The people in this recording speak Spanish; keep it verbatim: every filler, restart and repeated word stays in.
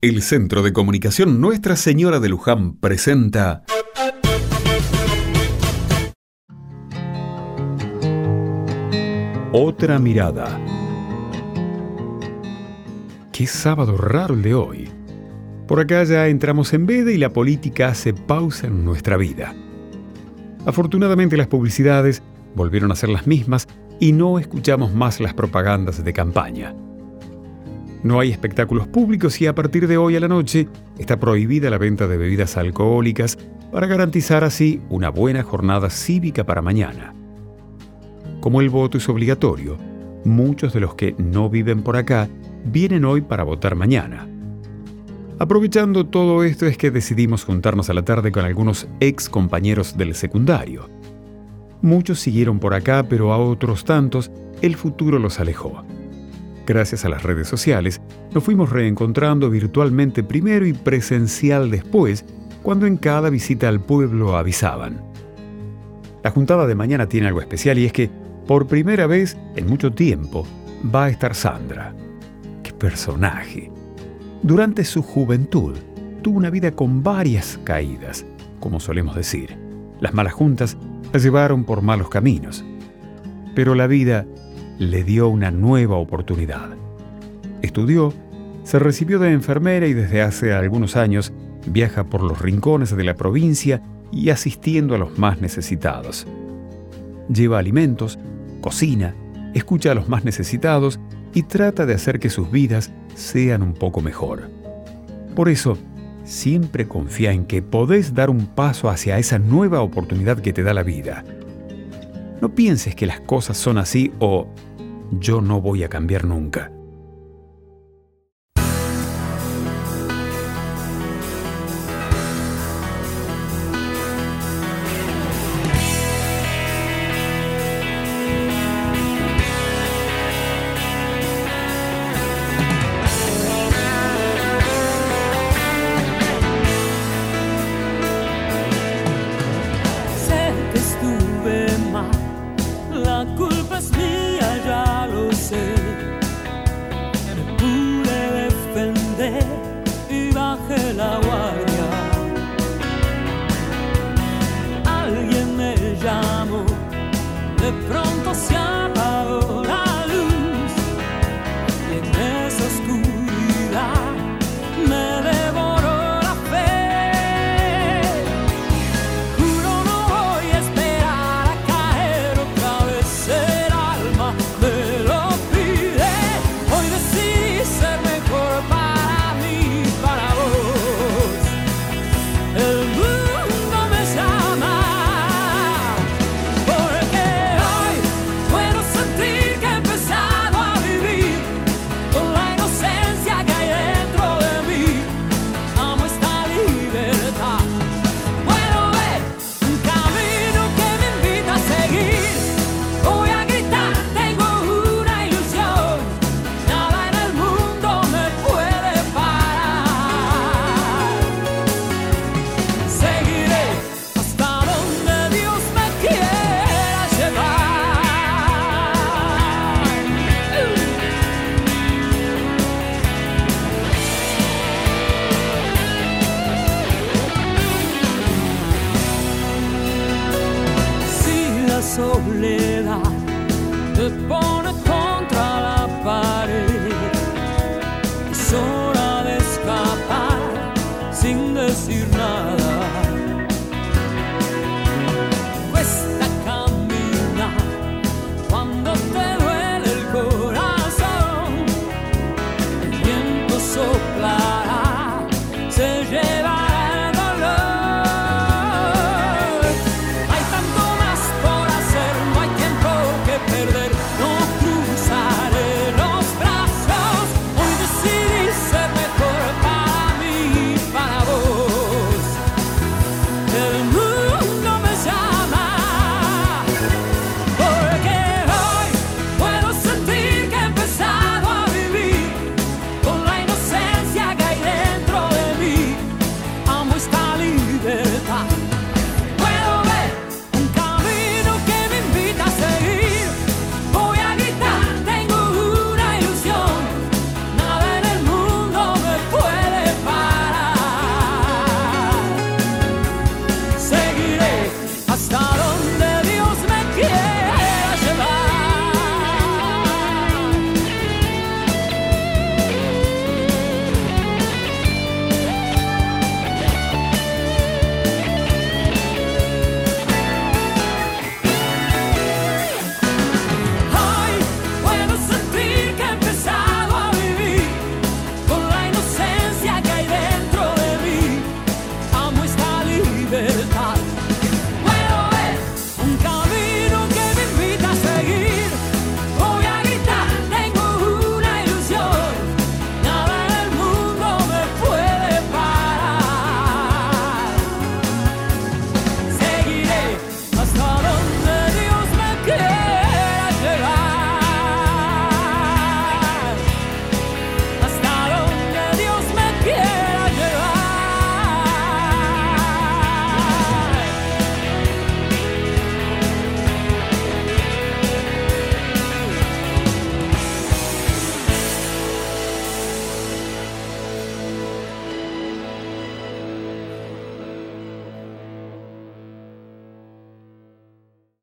El Centro de Comunicación Nuestra Señora de Luján presenta Otra Mirada. Qué sábado raro el de hoy. Por acá ya entramos en veda y la política hace pausa en nuestra vida. Afortunadamente las publicidades volvieron a ser las mismas y no escuchamos más las propagandas de campaña. No hay espectáculos públicos y a partir de hoy a la noche está prohibida la venta de bebidas alcohólicas para garantizar así una buena jornada cívica para mañana. Como el voto es obligatorio, muchos de los que no viven por acá vienen hoy para votar mañana. Aprovechando todo esto es que decidimos juntarnos a la tarde con algunos ex compañeros del secundario. Muchos siguieron por acá, pero a otros tantos el futuro los alejó. Gracias a las redes sociales, nos fuimos reencontrando virtualmente primero y presencial después, cuando en cada visita al pueblo avisaban. La juntada de mañana tiene algo especial y es que, por primera vez en mucho tiempo, va a estar Sandra. ¡Qué personaje! Durante su juventud, tuvo una vida con varias caídas, como solemos decir. Las malas juntas la llevaron por malos caminos. Pero la vida le dio una nueva oportunidad. Estudió, se recibió de enfermera y desde hace algunos años viaja por los rincones de la provincia y asistiendo a los más necesitados. Lleva alimentos, cocina, escucha a los más necesitados y trata de hacer que sus vidas sean un poco mejor. Por eso, siempre confía en que podés dar un paso hacia esa nueva oportunidad que te da la vida. No pienses que las cosas son así o yo no voy a cambiar nunca. Sé que estuve mal, la culpa es mía, ya lo sé. Me pude defender y bajé la guardia. Alguien me llamó, de pronto se